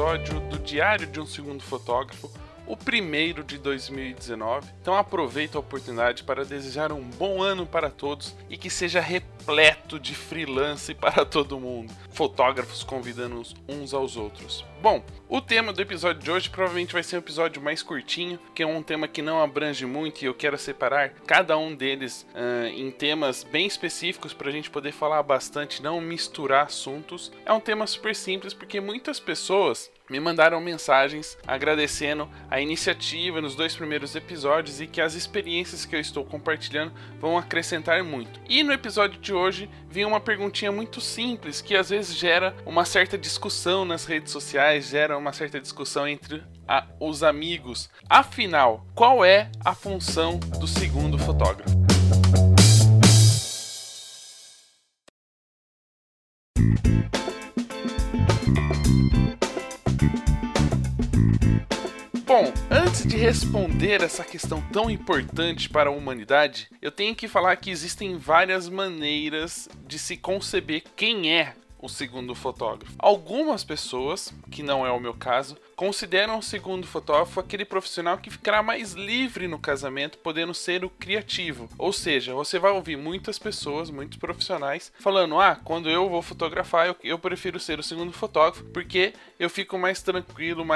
episódio do Diário de um Segundo Fotógrafo, o primeiro de 2019. Então aproveito a oportunidade para desejar um bom ano para todos e que seja repleto de freelance para todo mundo. Fotógrafos convidando uns aos outros. Bom, o tema do episódio de hoje provavelmente vai ser um episódio mais curtinho, que é um tema que não abrange muito e eu quero separar cada um deles em temas bem específicos para a gente poder falar bastante, não misturar assuntos. É um tema super simples porque muitas pessoas me mandaram mensagens agradecendo a iniciativa nos 2 primeiros episódios e que as experiências que eu estou compartilhando vão acrescentar muito. E no episódio de hoje vinha uma perguntinha muito simples que às vezes gera uma certa discussão nas redes sociais, gera uma certa discussão entre os amigos. Afinal, qual é a função do segundo fotógrafo? Bom, antes de responder essa questão tão importante para a humanidade, eu tenho que falar que existem várias maneiras de se conceber quem é o segundo fotógrafo. Algumas pessoas, que não é o meu caso, consideram o segundo fotógrafo aquele profissional que ficará mais livre no casamento, podendo ser o criativo. Ou seja, você vai ouvir muitas pessoas, muitos profissionais, falando: quando eu vou fotografar, eu prefiro ser o segundo fotógrafo, porque eu fico mais tranquilo,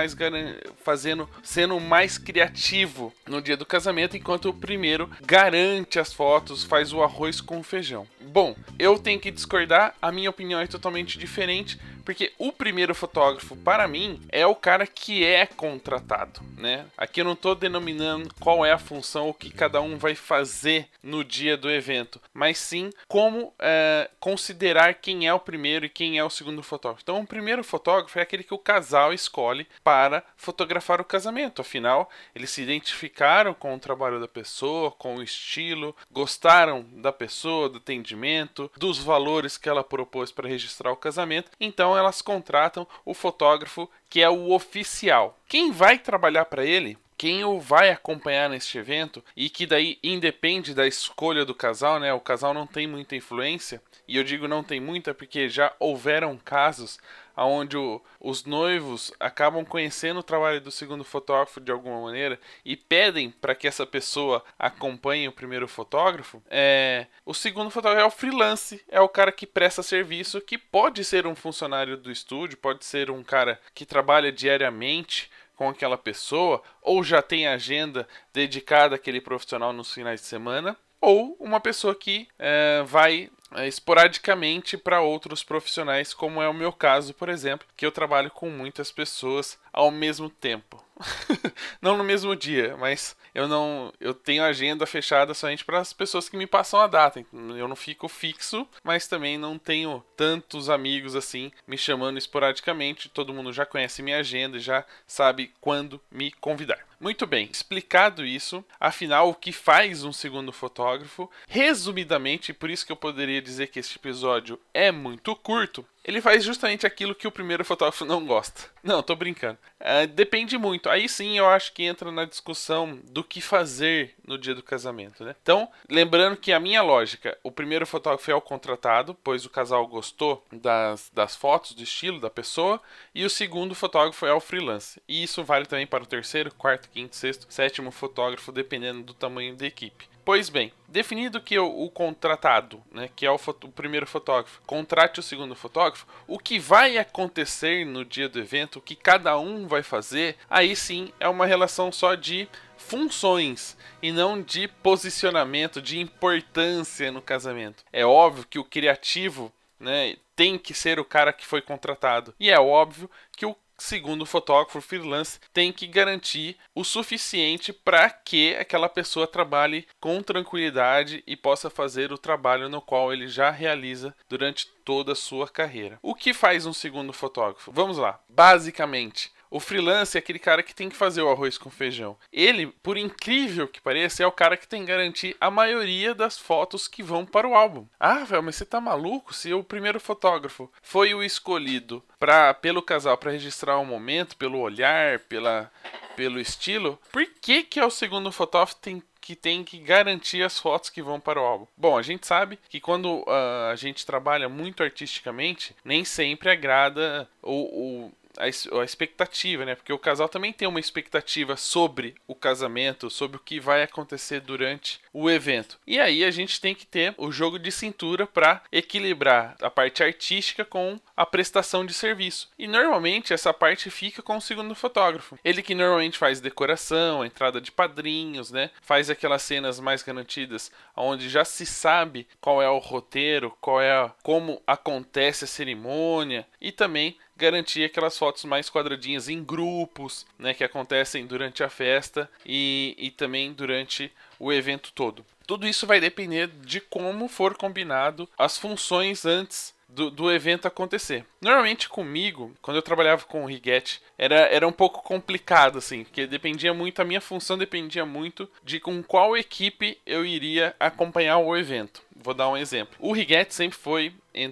sendo mais criativo no dia do casamento, enquanto o primeiro garante as fotos, faz o arroz com o feijão. Bom, eu tenho que discordar, a minha opinião é totalmente diferente, porque o primeiro fotógrafo, para mim, é o cara que é contratado, né? Aqui eu não estou denominando qual é a função, o que cada um vai fazer no dia do evento, mas sim como considerar quem é o primeiro e quem é o segundo fotógrafo. Então, o primeiro fotógrafo é aquele que o casal escolhe para fotografar o casamento. Afinal, eles se identificaram com o trabalho da pessoa, com o estilo, gostaram da pessoa, do atendimento, dos valores que ela propôs para registrar o casamento. Então, elas contratam o fotógrafo que é o oficial. Quem vai trabalhar para ele, quem o vai acompanhar neste evento, e que daí independe da escolha do casal, né? O casal não tem muita influência, e eu digo não tem muita porque já houveram casos onde os noivos acabam conhecendo o trabalho do segundo fotógrafo de alguma maneira e pedem para que essa pessoa acompanhe o primeiro fotógrafo. O segundo fotógrafo é o freelance, é o cara que presta serviço, que pode ser um funcionário do estúdio, pode ser um cara que trabalha diariamente com aquela pessoa, ou já tem agenda dedicada àquele profissional nos finais de semana, ou uma pessoa que vai esporadicamente para outros profissionais, como é o meu caso, por exemplo, que eu trabalho com muitas pessoas ao mesmo tempo. Não no mesmo dia, mas eu tenho agenda fechada somente para as pessoas que me passam a data. Eu não fico fixo, mas também não tenho tantos amigos assim me chamando esporadicamente. Todo mundo já conhece minha agenda e já sabe quando me convidar. Muito bem, explicado isso, afinal, o que faz um segundo fotógrafo? Resumidamente, por isso que eu poderia dizer que este episódio é muito curto, ele faz justamente aquilo que o primeiro fotógrafo não gosta. Não, tô brincando. Depende muito. Aí sim eu acho que entra na discussão do que fazer no dia do casamento, né? Então, lembrando que a minha lógica, o primeiro fotógrafo é o contratado, pois o casal gostou das fotos, do estilo da pessoa, e o segundo fotógrafo é o freelance. E isso vale também para o terceiro, quarto, quinto, sexto, sétimo fotógrafo, dependendo do tamanho da equipe. Pois bem, definido que o contratado, né, que é o primeiro fotógrafo, contrate o segundo fotógrafo, o que vai acontecer no dia do evento, o que cada um vai fazer, aí sim é uma relação só de funções e não de posicionamento, de importância no casamento. É óbvio que o criativo, né, tem que ser o cara que foi contratado, e é óbvio que o segundo fotógrafo freelance tem que garantir o suficiente para que aquela pessoa trabalhe com tranquilidade e possa fazer o trabalho no qual ele já realiza durante toda a sua carreira. O que faz um segundo fotógrafo? Vamos lá. Basicamente, o freelance é aquele cara que tem que fazer o arroz com feijão. Ele, por incrível que pareça, é o cara que tem que garantir a maioria das fotos que vão para o álbum. Velho, mas você tá maluco? Se o primeiro fotógrafo foi o escolhido pelo casal para registrar o momento, pelo olhar, pelo estilo, por que é o segundo fotógrafo que tem que garantir as fotos que vão para o álbum? Bom, a gente sabe que quando a gente trabalha muito artisticamente, nem sempre agrada a expectativa, né? Porque o casal também tem uma expectativa sobre o casamento, sobre o que vai acontecer durante o evento. E aí a gente tem que ter o jogo de cintura para equilibrar a parte artística com a prestação de serviço. E normalmente essa parte fica com o segundo fotógrafo. Ele que normalmente faz decoração, entrada de padrinhos, né? Faz aquelas cenas mais garantidas, onde já se sabe qual é o roteiro, como acontece a cerimônia, e também garantir aquelas fotos mais quadradinhas em grupos, né, que acontecem durante a festa e também durante o evento todo. Tudo isso vai depender de como for combinado as funções antes do evento acontecer. Normalmente comigo, quando eu trabalhava com o Righetti, era um pouco complicado, assim, porque dependia muito, a minha função dependia muito de com qual equipe eu iria acompanhar o evento. Vou dar um exemplo. O Righetti sempre foi,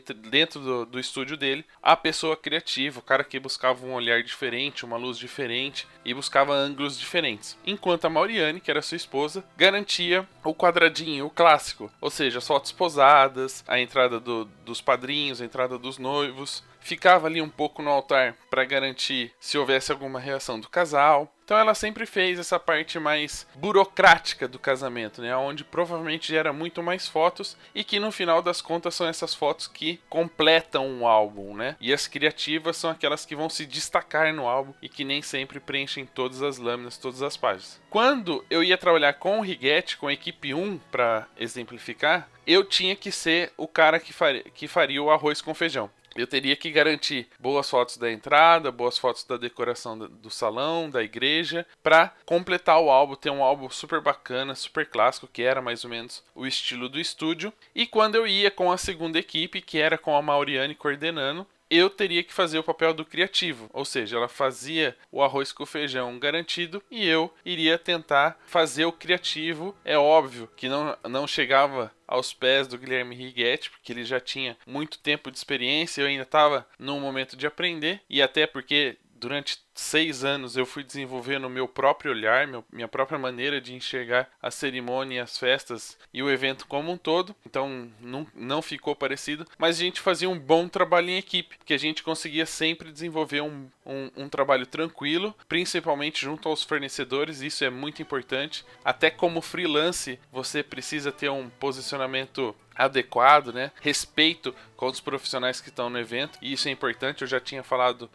dentro do estúdio dele, a pessoa criativa, o cara que buscava um olhar diferente, uma luz diferente e buscava ângulos diferentes. Enquanto a Mauriane, que era sua esposa, garantia o quadradinho, o clássico, ou seja, as fotos posadas, a entrada dos padrinhos, a entrada dos noivos. Ficava ali um pouco no altar para garantir se houvesse alguma reação do casal. Então ela sempre fez essa parte mais burocrática do casamento, né? Onde provavelmente gera muito mais fotos e que no final das contas são essas fotos que completam um álbum, né? E as criativas são aquelas que vão se destacar no álbum e que nem sempre preenchem todas as lâminas, todas as páginas. Quando eu ia trabalhar com o Righetti, com a equipe 1, para exemplificar, eu tinha que ser o cara que faria o arroz com feijão. Eu teria que garantir boas fotos da entrada, boas fotos da decoração do salão, da igreja, para completar o álbum, ter um álbum super bacana, super clássico, que era mais ou menos o estilo do estúdio. E quando eu ia com a segunda equipe, que era com a Mauriane coordenando, eu teria que fazer o papel do criativo, ou seja, ela fazia o arroz com feijão garantido e eu iria tentar fazer o criativo. É óbvio que não chegava aos pés do Guilherme Righetti, porque ele já tinha muito tempo de experiência, eu ainda estava num momento de aprender, e até porque durante 6 anos eu fui desenvolvendo o meu próprio olhar, minha própria maneira de enxergar a cerimônia, as festas e o evento como um todo. Então não ficou parecido, mas a gente fazia um bom trabalho em equipe, porque a gente conseguia sempre desenvolver um trabalho tranquilo, principalmente junto aos fornecedores. Isso é muito importante. Até como freelance, você precisa ter um posicionamento adequado, né? Respeito com os profissionais que estão no evento, e isso é importante. Eu já tinha falado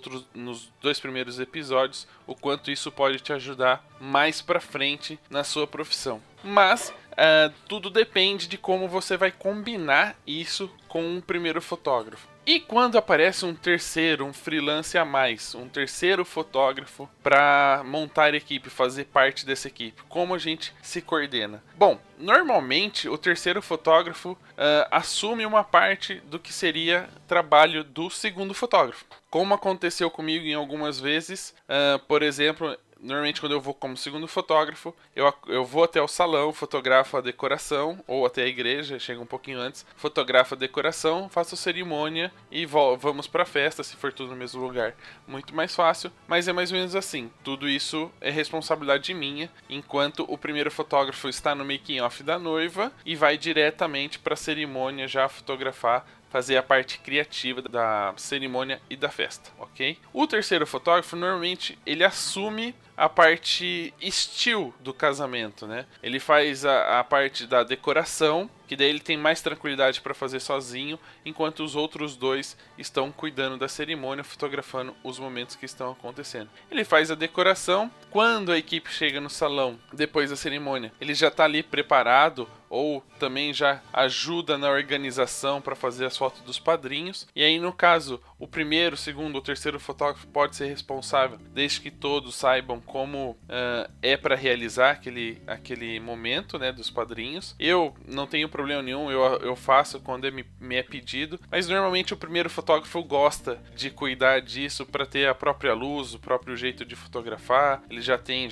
nos 2 primeiros episódios o quanto isso pode te ajudar mais pra frente na sua profissão. Mas tudo depende de como você vai combinar isso com um primeiro fotógrafo. E quando aparece um terceiro, um freelance a mais, um terceiro fotógrafo para montar a equipe, fazer parte dessa equipe, como a gente se coordena? Bom, normalmente o terceiro fotógrafo assume uma parte do que seria trabalho do segundo fotógrafo. Como aconteceu comigo em algumas vezes, por exemplo, normalmente quando eu vou como segundo fotógrafo, eu vou até o salão, fotografo a decoração, ou até a igreja, chega um pouquinho antes, fotografo a decoração, faço a cerimônia e vamos pra festa, se for tudo no mesmo lugar. Muito mais fácil, mas é mais ou menos assim. Tudo isso é responsabilidade minha, enquanto o primeiro fotógrafo está no making off da noiva e vai diretamente pra cerimônia já fotografar, fazer a parte criativa da cerimônia e da festa, ok? O terceiro fotógrafo, normalmente, ele assume a parte estilo do casamento, né? Ele faz a parte da decoração, que daí ele tem mais tranquilidade para fazer sozinho, enquanto os outros 2 estão cuidando da cerimônia, fotografando os momentos que estão acontecendo. Ele faz a decoração. Quando a equipe chega no salão, depois da cerimônia, ele já está ali preparado, ou também já ajuda na organização para fazer as fotos dos padrinhos. E aí, no caso, o primeiro, o segundo ou terceiro fotógrafo pode ser responsável, desde que todos saibam como é para realizar aquele momento, né, dos padrinhos. Eu não tenho problema nenhum, eu faço quando me é pedido, mas normalmente o primeiro fotógrafo gosta de cuidar disso para ter a própria luz, o próprio jeito de fotografar. Ele já tem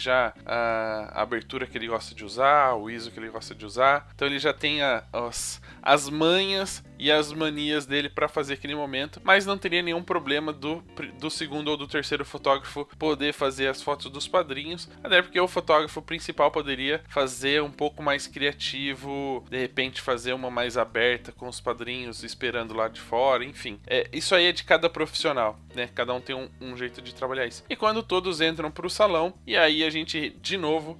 a abertura que ele gosta de usar, o ISO que ele gosta de usar, então ele já tem as manhas e as manias dele para fazer aquele momento, mas não teria nenhum problema do segundo ou do terceiro fotógrafo poder fazer as fotos dos padrinhos, até porque o fotógrafo principal poderia fazer um pouco mais criativo, de repente fazer uma mais aberta com os padrinhos esperando lá de fora, enfim. Isso aí é de cada profissional, né? Cada um tem um jeito de trabalhar isso. E quando todos entram para o salão, e aí a gente, de novo,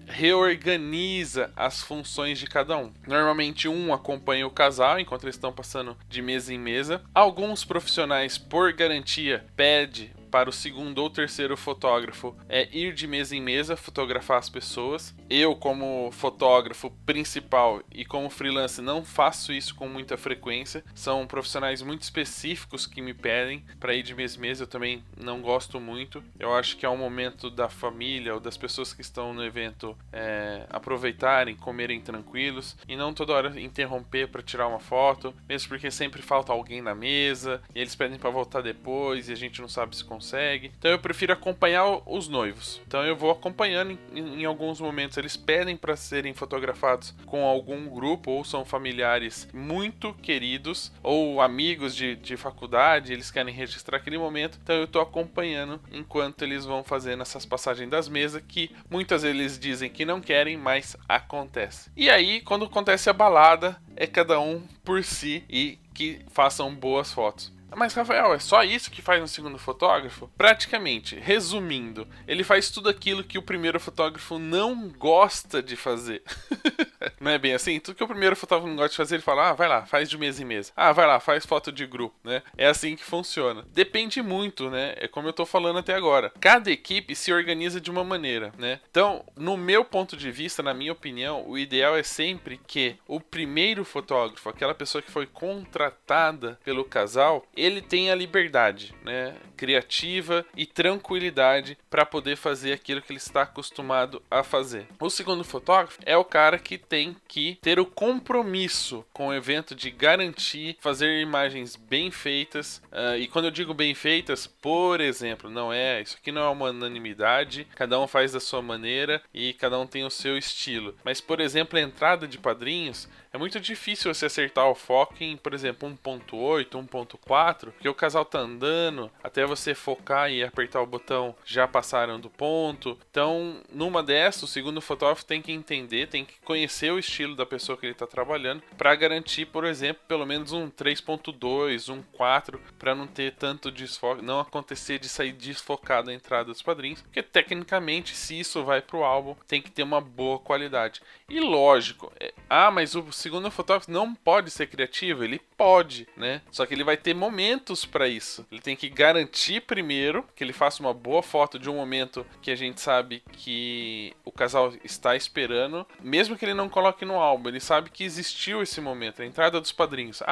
reorganiza as funções de cada um. Normalmente um acompanha o casal enquanto eles estão passando de mesa em mesa. Alguns profissionais, por garantia, pedem para o segundo ou terceiro fotógrafo ir de mesa em mesa fotografar as pessoas. Eu, como fotógrafo principal e como freelance, não faço isso com muita frequência. São profissionais muito específicos que me pedem para ir de mesa em mesa. Eu também não gosto muito. Eu acho que é um momento da família ou das pessoas que estão no evento aproveitarem, comerem tranquilos e não toda hora interromper para tirar uma foto, mesmo porque sempre falta alguém na mesa e eles pedem para voltar depois e a gente não sabe se consegue. Então eu prefiro acompanhar os noivos. Então eu vou acompanhando em alguns momentos. Eles pedem para serem fotografados com algum grupo, ou são familiares muito queridos, ou amigos de faculdade, eles querem registrar aquele momento. Então eu estou acompanhando enquanto eles vão fazendo essas passagens das mesas, que muitas vezes eles dizem que não querem, mas acontece. E aí, quando acontece a balada, é cada um por si e que façam boas fotos. Mas, Rafael, é só isso que faz um segundo fotógrafo? Praticamente, resumindo, ele faz tudo aquilo que o primeiro fotógrafo não gosta de fazer. Não é bem assim? Tudo que o primeiro fotógrafo não gosta de fazer, ele fala, vai lá, faz de mesa em mesa. Vai lá, faz foto de grupo, né? É assim que funciona. Depende muito, né? É como eu tô falando até agora. Cada equipe se organiza de uma maneira, né? Então, no meu ponto de vista, na minha opinião, o ideal é sempre que o primeiro fotógrafo, aquela pessoa que foi contratada pelo casal, ele tem a liberdade, né, criativa e tranquilidade para poder fazer aquilo que ele está acostumado a fazer. O segundo fotógrafo é o cara que tem que ter o compromisso com o evento de garantir fazer imagens bem feitas. E quando eu digo bem feitas, por exemplo, isso aqui não é uma unanimidade, cada um faz da sua maneira e cada um tem o seu estilo. Mas, por exemplo, a entrada de padrinhos, é muito difícil você acertar o foco em, por exemplo, 1.8, 1.4, porque o casal tá andando, até você focar e apertar o botão já passaram do ponto. Então, numa dessas, o segundo fotógrafo tem que entender, tem que conhecer o estilo da pessoa que ele está trabalhando para garantir, por exemplo, pelo menos um 3.2, um 4, para não ter tanto desfoque, não acontecer de sair desfocado a entrada dos padrinhos, porque tecnicamente, se isso vai pro álbum, tem que ter uma boa qualidade. E lógico, mas o segundo fotógrafo não pode ser criativo? Ele pode, né? Só que ele vai ter momentos para isso. Ele tem que garantir primeiro que ele faça uma boa foto de um momento que a gente sabe que o casal está esperando, mesmo que ele não coloque no álbum, ele sabe que existiu esse momento, a entrada dos padrinhos.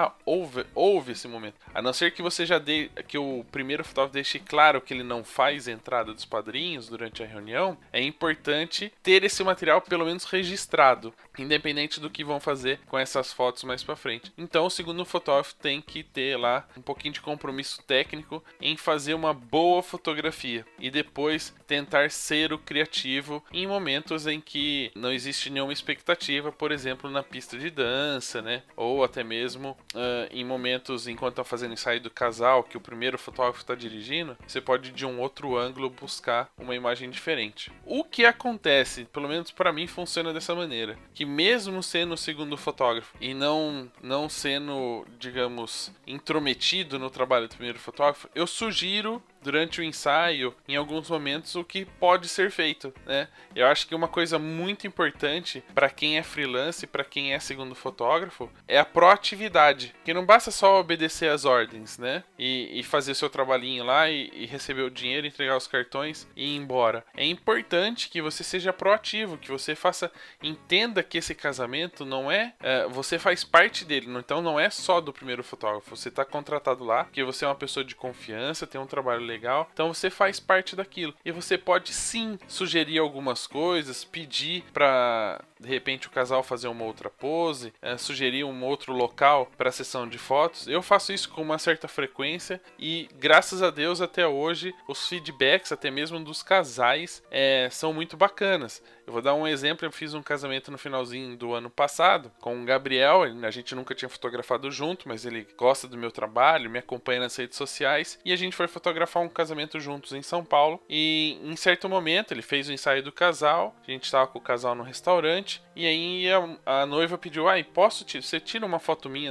Houve esse momento. A não ser que você que o primeiro fotógrafo deixe claro que ele não faz a entrada dos padrinhos durante a reunião, é importante ter esse material pelo menos registrado, independente do que vão fazer com essas fotos mais pra frente. Então o segundo fotógrafo tem que ter lá um pouquinho de compromisso técnico em fazer uma boa fotografia e depois tentar ser o criativo em momentos em que não existe nenhuma expectativa, por exemplo, na pista de dança, né? Ou até mesmo em momentos enquanto tá fazendo ensaio do casal, que o primeiro fotógrafo está dirigindo, você pode de um outro ângulo buscar uma imagem diferente. O que acontece, pelo menos para mim, funciona dessa maneira, que mesmo sendo o segundo fotógrafo e não sendo, digamos, intrometido no trabalho do primeiro fotógrafo, eu sugiro durante o ensaio, em alguns momentos, o que pode ser feito, né? Eu acho que uma coisa muito importante para quem é freelance e para quem é segundo fotógrafo é a proatividade, que não basta só obedecer às ordens, né? E fazer seu trabalhinho lá e receber o dinheiro, entregar os cartões e ir embora. É importante que você seja proativo, que você entenda que esse casamento não você faz parte dele, então não é só do primeiro fotógrafo, você está contratado lá porque você é uma pessoa de confiança, tem um trabalho legal. Então você faz parte daquilo. E você pode sim sugerir algumas coisas, pedir para de repente o casal fazer uma outra pose, sugerir um outro local para a sessão de fotos. Eu faço isso com uma certa frequência e graças a Deus até hoje os feedbacks, até mesmo dos casais, são muito bacanas. Eu vou dar um exemplo, eu fiz um casamento no finalzinho do ano passado com o Gabriel, a gente nunca tinha fotografado junto, mas ele gosta do meu trabalho, me acompanha nas redes sociais, e a gente foi fotografar um casamento juntos em São Paulo, e em certo momento ele fez o ensaio do casal, a gente estava com o casal no restaurante, e aí a noiva pediu, você tira uma foto minha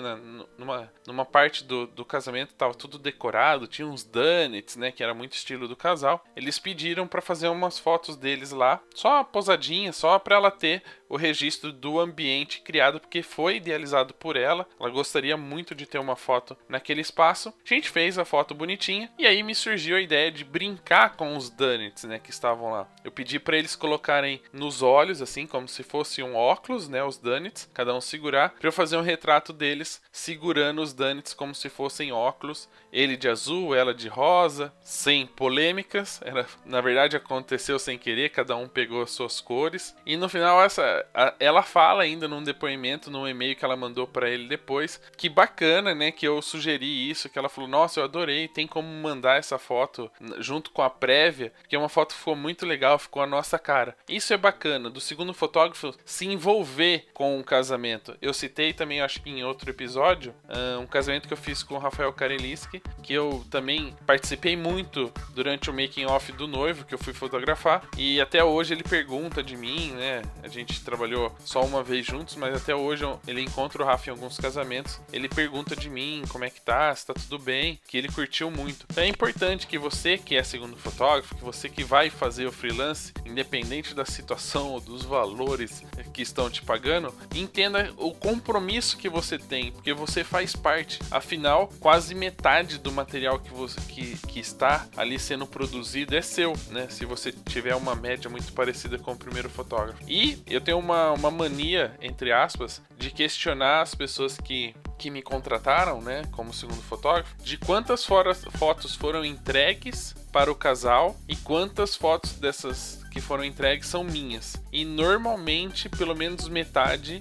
numa parte do casamento, tava tudo decorado, tinha uns donuts, né, que era muito estilo do casal, eles pediram para fazer umas fotos deles lá, só posadinha, só para ela ter o registro do ambiente criado, porque foi idealizado por ela. Ela gostaria muito de ter uma foto naquele espaço. A gente fez a foto bonitinha e aí me surgiu a ideia de brincar com os donuts, né, que estavam lá. Eu pedi para eles colocarem nos olhos, assim, como se fosse um óculos, né, os donuts, cada um segurar, para eu fazer um retrato deles segurando os donuts como se fossem óculos. Ele de azul, ela de rosa, sem polêmicas. Na verdade, aconteceu sem querer, cada um pegou as suas cores. E no final, ela fala ainda num depoimento, num e-mail que ela mandou para ele depois, que bacana, né, que eu sugeri isso, que ela falou, nossa, eu adorei, tem como mandar essa foto junto com a prévia, que é uma foto que ficou muito legal, ficou a nossa cara. Isso é bacana, do segundo fotógrafo se envolver com o casamento. Eu citei também, acho que em outro episódio, um casamento que eu fiz com o Rafael Kareliski, que eu também participei muito durante o making off do noivo, que eu fui fotografar, e até hoje ele pergunta de mim, né, a gente trabalhou só uma vez juntos, mas até hoje ele encontra o Rafa em alguns casamentos, ele pergunta de mim como é que tá, se tá tudo bem, que ele curtiu muito. Então é importante que você que é segundo fotógrafo, que você que vai fazer o freelance, independente da situação ou dos valores que estão te pagando, entenda o compromisso que você tem, porque você faz parte. Afinal, quase metade do material que está ali sendo produzido é seu, né? Se você tiver uma média muito parecida com o primeiro fotógrafo. E eu tenho uma mania, entre aspas, de questionar as pessoas que me contrataram, né, como segundo fotógrafo, de quantas fotos foram entregues para o casal e quantas fotos dessas que foram entregues são minhas. E normalmente, pelo menos metade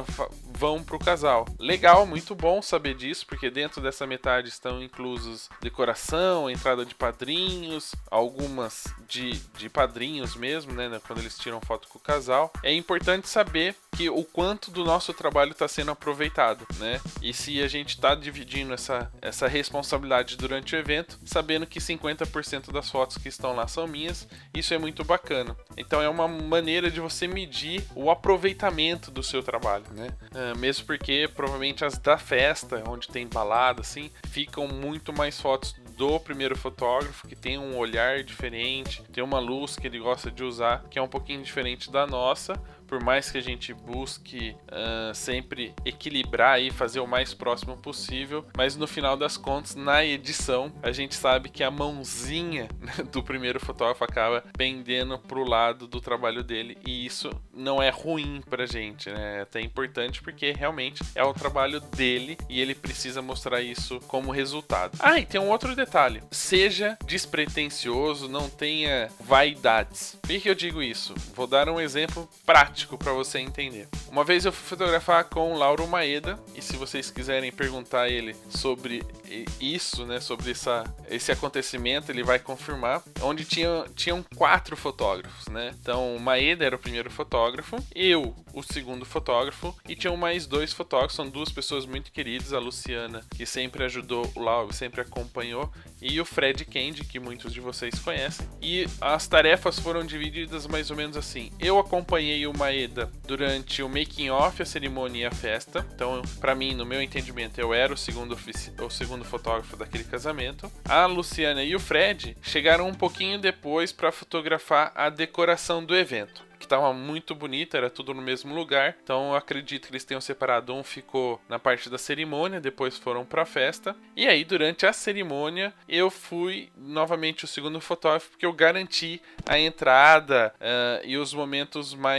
vão para o casal. Legal, muito bom saber disso, porque dentro dessa metade estão inclusos decoração, entrada de padrinhos, algumas de padrinhos mesmo, né, quando eles tiram foto com o casal. É importante saber que o quanto do nosso trabalho está sendo aproveitado, né? E se a gente está dividindo essa responsabilidade durante o evento, sabendo que 50% das fotos que estão lá são minhas, isso é muito bacana. Então é uma maneira de você medir o aproveitamento do seu trabalho, né? Mesmo porque provavelmente as da festa, onde tem balada, assim, ficam muito mais fotos do primeiro fotógrafo, que tem um olhar diferente, tem uma luz que ele gosta de usar, que é um pouquinho diferente da nossa, por mais que a gente busque sempre equilibrar e fazer o mais próximo possível, mas no final das contas, na edição, a gente sabe que a mãozinha do primeiro fotógrafo acaba pendendo pro lado do trabalho dele, e isso não é ruim pra gente, né? É até importante porque realmente é o trabalho dele e ele precisa mostrar isso como resultado. E tem um outro detalhe: seja despretensioso, não tenha vaidades. Por que eu digo isso? Vou dar um exemplo prático para você entender. Uma vez eu fui fotografar com o Lauro Maeda, e se vocês quiserem perguntar a ele sobre isso, né, sobre esse acontecimento, ele vai confirmar, onde tinham 4 fotógrafos, né? Então o Maeda era o primeiro fotógrafo, eu o segundo fotógrafo, e tinham mais 2 fotógrafos, são 2 pessoas muito queridas, a Luciana, que sempre ajudou o Lauro, sempre acompanhou, e o Fred Kendi, que muitos de vocês conhecem. E as tarefas foram divididas mais ou menos assim: eu acompanhei o Maeda durante o making off, a cerimônia e a festa. Então, para mim, no meu entendimento, eu era o segundo fotógrafo daquele casamento. A Luciana e o Fred chegaram um pouquinho depois para fotografar a decoração do evento, que estava muito bonita, era tudo no mesmo lugar. Então eu acredito que eles tenham separado, um ficou na parte da cerimônia, depois foram para a festa. E aí, durante a cerimônia, eu fui novamente o segundo fotógrafo, porque eu garanti a entrada e os momentos mais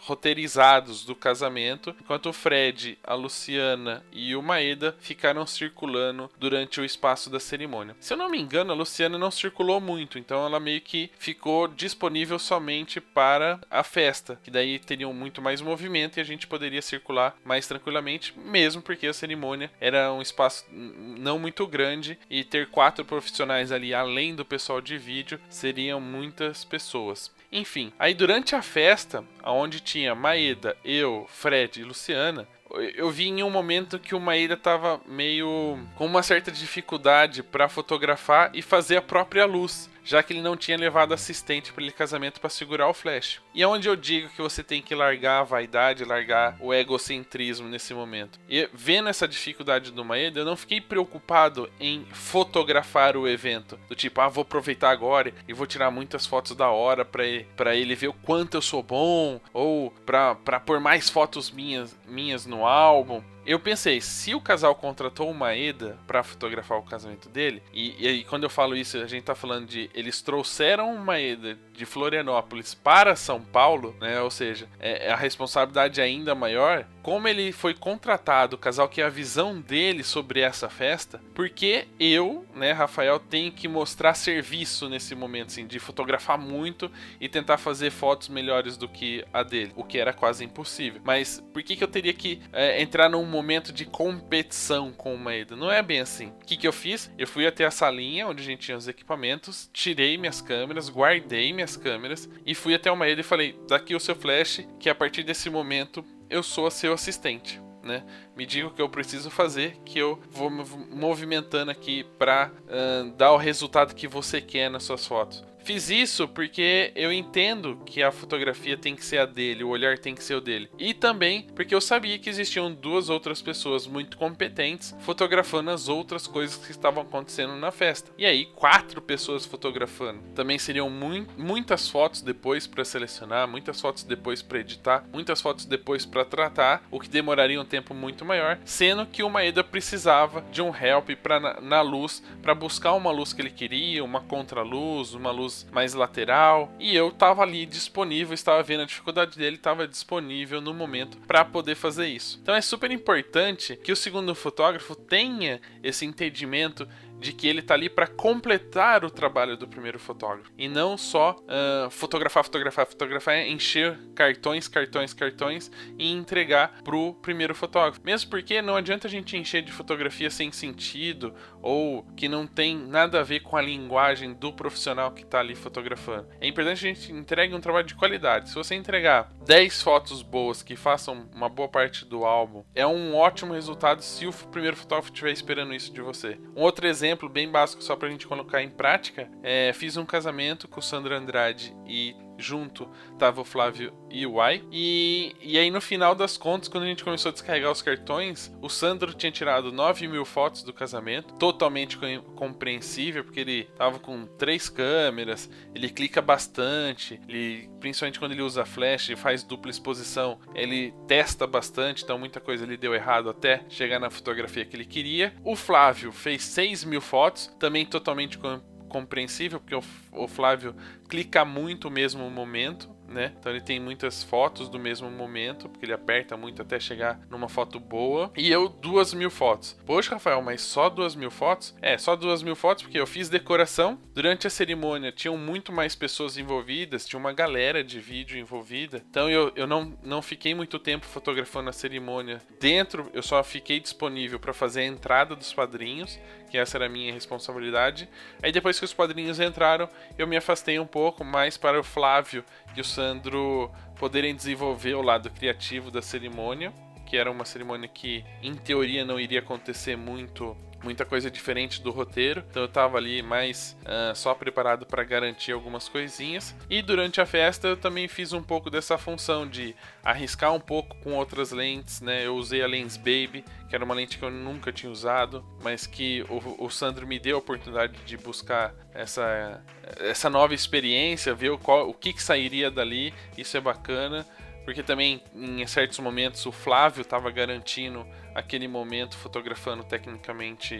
roteirizados do casamento, enquanto o Fred, a Luciana e o Maeda ficaram circulando durante o espaço da cerimônia. Se eu não me engano, a Luciana não circulou muito, então ela meio que ficou disponível somente para a festa, que daí teriam muito mais movimento e a gente poderia circular mais tranquilamente, mesmo porque a cerimônia era um espaço não muito grande e ter 4 profissionais ali, além do pessoal de vídeo, seriam muitas pessoas. Enfim, aí durante a festa, onde tinha Maeda, eu, Fred e Luciana, eu vi em um momento que o Maeda estava meio com uma certa dificuldade para fotografar e fazer a própria luz, já que ele não tinha levado assistente para aquele casamento para segurar o flash. E é onde eu digo que você tem que largar a vaidade, largar o egocentrismo nesse momento. E vendo essa dificuldade do Maeda, eu não fiquei preocupado em fotografar o evento. Do tipo, vou aproveitar agora e vou tirar muitas fotos da hora para ele ver o quanto eu sou bom, ou para pôr mais fotos minhas no álbum. Eu pensei, se o casal contratou o Maeda para fotografar o casamento dele, e quando eu falo isso, a gente tá falando de eles trouxeram o Maeda de Florianópolis para São Paulo, né? Ou seja, a responsabilidade ainda maior. Como ele foi contratado, o casal que é a visão dele sobre essa festa, porque eu, né, Rafael, tenho que mostrar serviço nesse momento, assim, de fotografar muito e tentar fazer fotos melhores do que a dele, o que era quase impossível. Mas por que eu teria que entrar num momento de competição com o Maeda? Não é bem assim. O que eu fiz? Eu fui até a salinha onde a gente tinha os equipamentos, tirei minhas câmeras, guardei minhas câmeras e fui até o Maeda e falei, daqui o seu flash, que a partir desse momento eu sou seu assistente, né? Me diga o que eu preciso fazer, que eu vou movimentando aqui para dar o resultado que você quer nas suas fotos. Fiz isso porque eu entendo que a fotografia tem que ser a dele, o olhar tem que ser o dele. E também porque eu sabia que existiam 2 outras pessoas muito competentes fotografando as outras coisas que estavam acontecendo na festa. E aí, 4 pessoas fotografando. Também seriam muitas fotos depois para selecionar, muitas fotos depois para editar, muitas fotos depois para tratar, o que demoraria um tempo muito maior, sendo que o Maeda precisava de um help na luz, para buscar uma luz que ele queria, uma contraluz, uma luz mais lateral, e eu estava ali disponível, estava vendo a dificuldade dele, estava disponível no momento para poder fazer isso. Então é super importante que o segundo fotógrafo tenha esse entendimento de que ele está ali para completar o trabalho do primeiro fotógrafo e não só fotografar, encher cartões e entregar pro primeiro fotógrafo. Mesmo porque não adianta a gente encher de fotografia sem sentido ou que não tem nada a ver com a linguagem do profissional que está ali fotografando. É importante a gente entregue um trabalho de qualidade. Se você entregar 10 fotos boas que façam uma boa parte do álbum, é um ótimo resultado se o primeiro fotógrafo estiver esperando isso de você. Um outro exemplo bem básico só pra gente colocar em prática, fiz um casamento com o Sandro Andrade e junto tava o Flávio e o Uai, e aí no final das contas, quando a gente começou a descarregar os cartões, o Sandro tinha tirado 9.000 fotos do casamento, totalmente compreensível, porque ele tava com 3 câmeras, ele clica bastante, principalmente quando ele usa flash, ele faz dupla exposição, ele testa bastante, então muita coisa ele deu errado até chegar na fotografia que ele queria. O Flávio fez 6.000 fotos, também totalmente compreensível, porque o Flávio clica muito o mesmo momento, né? Então ele tem muitas fotos do mesmo momento, porque ele aperta muito até chegar numa foto boa. E eu 2.000 fotos. Poxa, Rafael, mas só 2.000 fotos? Só 2.000 fotos porque eu fiz decoração. Durante a cerimônia tinham muito mais pessoas envolvidas, tinha uma galera de vídeo envolvida. Então eu não fiquei muito tempo fotografando a cerimônia dentro, eu só fiquei disponível para fazer a entrada dos padrinhos, que essa era a minha responsabilidade. Aí depois que os padrinhos entraram, eu me afastei um pouco mais para o Flávio e o Sandro poderem desenvolver o lado criativo da cerimônia, que era uma cerimônia que, em teoria, não iria acontecer muita coisa diferente do roteiro, então eu tava ali mais só preparado para garantir algumas coisinhas. E durante a festa eu também fiz um pouco dessa função de arriscar um pouco com outras lentes, né? Eu usei a Lens Baby, que era uma lente que eu nunca tinha usado, mas que o Sandro me deu a oportunidade de buscar essa nova experiência, ver o que sairia dali. Isso é bacana, porque também em certos momentos o Flávio estava garantindo aquele momento, fotografando tecnicamente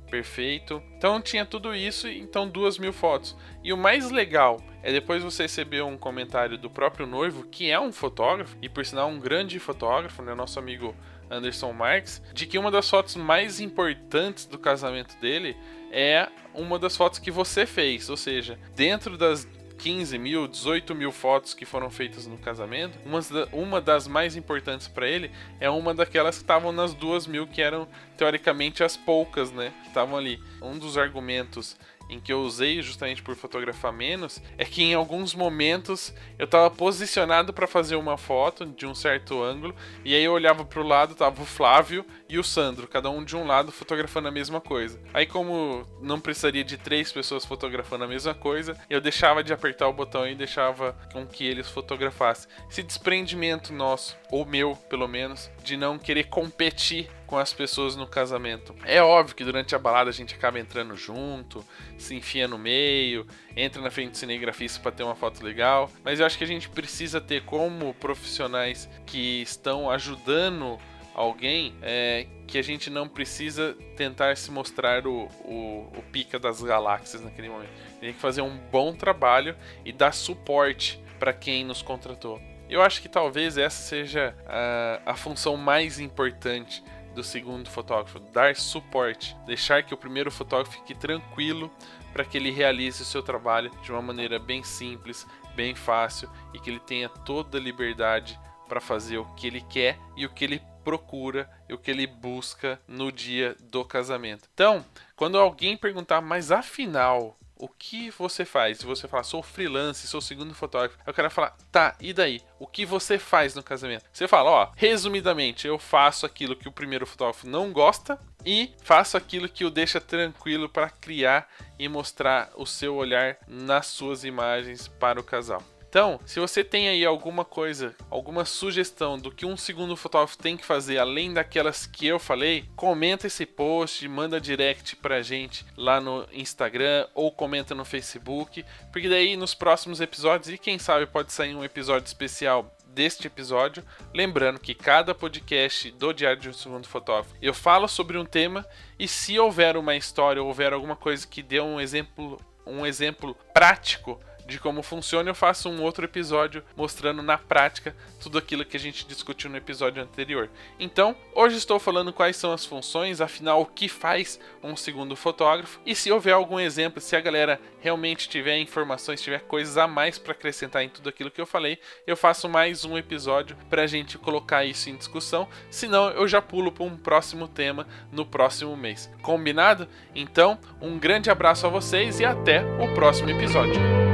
perfeito. Então tinha tudo isso, então 2.000 fotos. E o mais legal é depois você receber um comentário do próprio noivo, que é um fotógrafo, e por sinal um grande fotógrafo, né, nosso amigo Anderson Marques, de que uma das fotos mais importantes do casamento dele é uma das fotos que você fez, ou seja, dentro das 15.000, 18.000 fotos que foram feitas no casamento, uma das mais importantes para ele é uma daquelas que estavam nas 2.000, que eram teoricamente as poucas, né, que estavam ali. Um dos argumentos em que eu usei justamente por fotografar menos é que em alguns momentos eu estava posicionado para fazer uma foto de um certo ângulo e aí eu olhava para o lado, tava o Flávio e o Sandro, cada um de um lado fotografando a mesma coisa. Aí como não precisaria de 3 pessoas fotografando a mesma coisa, eu deixava de apertar o botão e deixava com que eles fotografassem. Esse desprendimento nosso, ou meu pelo menos, de não querer competir com as pessoas no casamento. É óbvio que durante a balada a gente acaba entrando junto, se enfia no meio, entra na frente do cinegrafista para ter uma foto legal, mas eu acho que a gente precisa ter como profissionais que estão ajudando alguém, que a gente não precisa tentar se mostrar o pica das galáxias naquele momento. Tem que fazer um bom trabalho e dar suporte para quem nos contratou. Eu acho que talvez essa seja a função mais importante do segundo fotógrafo, dar suporte, deixar que o primeiro fotógrafo fique tranquilo para que ele realize o seu trabalho de uma maneira bem simples, bem fácil e que ele tenha toda a liberdade para fazer o que ele quer e o que ele procura e o que ele busca no dia do casamento. Então, quando alguém perguntar, mas afinal, o que você faz? Se você falar, sou freelance, sou segundo fotógrafo, eu quero falar, tá, e daí? O que você faz no casamento? Você fala, ó, resumidamente, eu faço aquilo que o primeiro fotógrafo não gosta e faço aquilo que o deixa tranquilo para criar e mostrar o seu olhar nas suas imagens para o casal. Então, se você tem aí alguma coisa, alguma sugestão do que um segundo fotógrafo tem que fazer, além daquelas que eu falei, comenta esse post, manda direct pra gente lá no Instagram ou comenta no Facebook, porque daí nos próximos episódios, e quem sabe pode sair um episódio especial deste episódio, lembrando que cada podcast do Diário de um Segundo Fotógrafo eu falo sobre um tema, e se houver uma história ou houver alguma coisa que dê um exemplo prático de como funciona, eu faço um outro episódio mostrando na prática tudo aquilo que a gente discutiu no episódio anterior. Então, hoje estou falando quais são as funções, afinal, o que faz um segundo fotógrafo, e se houver algum exemplo, se a galera realmente tiver informações, tiver coisas a mais para acrescentar em tudo aquilo que eu falei, eu faço mais um episódio para a gente colocar isso em discussão, senão eu já pulo para um próximo tema no próximo mês. Combinado? Então, um grande abraço a vocês e até o próximo episódio.